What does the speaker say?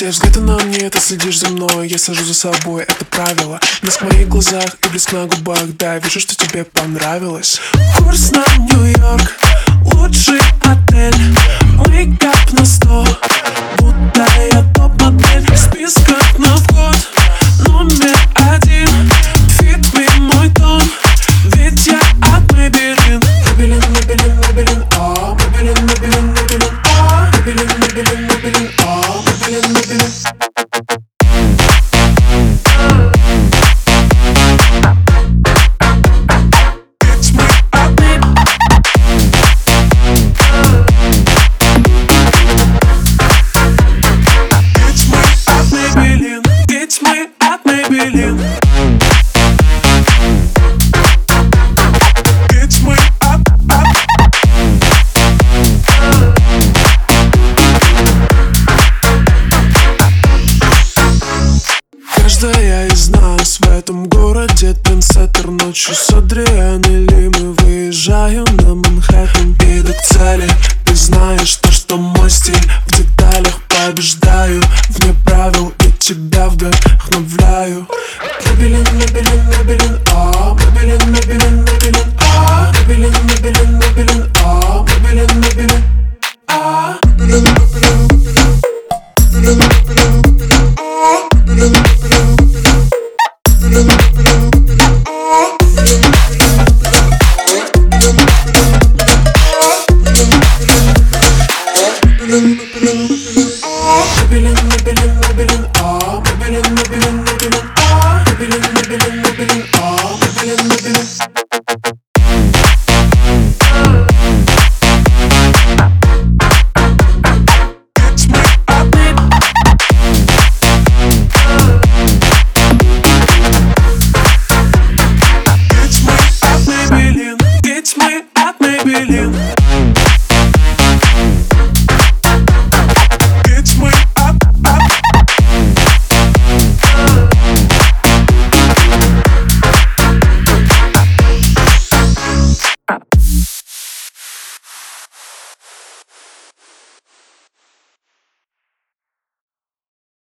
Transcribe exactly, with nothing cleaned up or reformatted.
все взгляды на мне, ты следишь за мной. Я слежу за собой, это правило. Блеск в моих глазах и блеск на губах. Да, я вижу, что тебе понравилось. Курс на Нью-Йорк, лучший отель. Мейкап на сто, будто я топ-модель. В списках на вход номер один. Фит ми мой тон, ведь я от Maybelline. Maybelline, Maybelline, Maybelline, а Maybelline, Maybelline, Maybelline, а Maybelline, Maybelline, Maybelline, а Maybelline, Maybelline. Каждая из нас в этом городе трендсеттер. Ночью с Адриан или мы выезжаем на Манхэттен. Иду к цели, ты знаешь то, что мой стиль в деталях. Побеждаю вне правил и тебя вдохновляю. Maybelline, Maybelline, Maybelline, а Maybelline, Maybelline, Maybelline, а Maybelline, Maybelline, Maybelline, а Maybelline, Maybelline, а Maybelline, Maybelline, Maybelline, Maybelline, а Maybelline, Maybelline, Maybelline, Maybelline,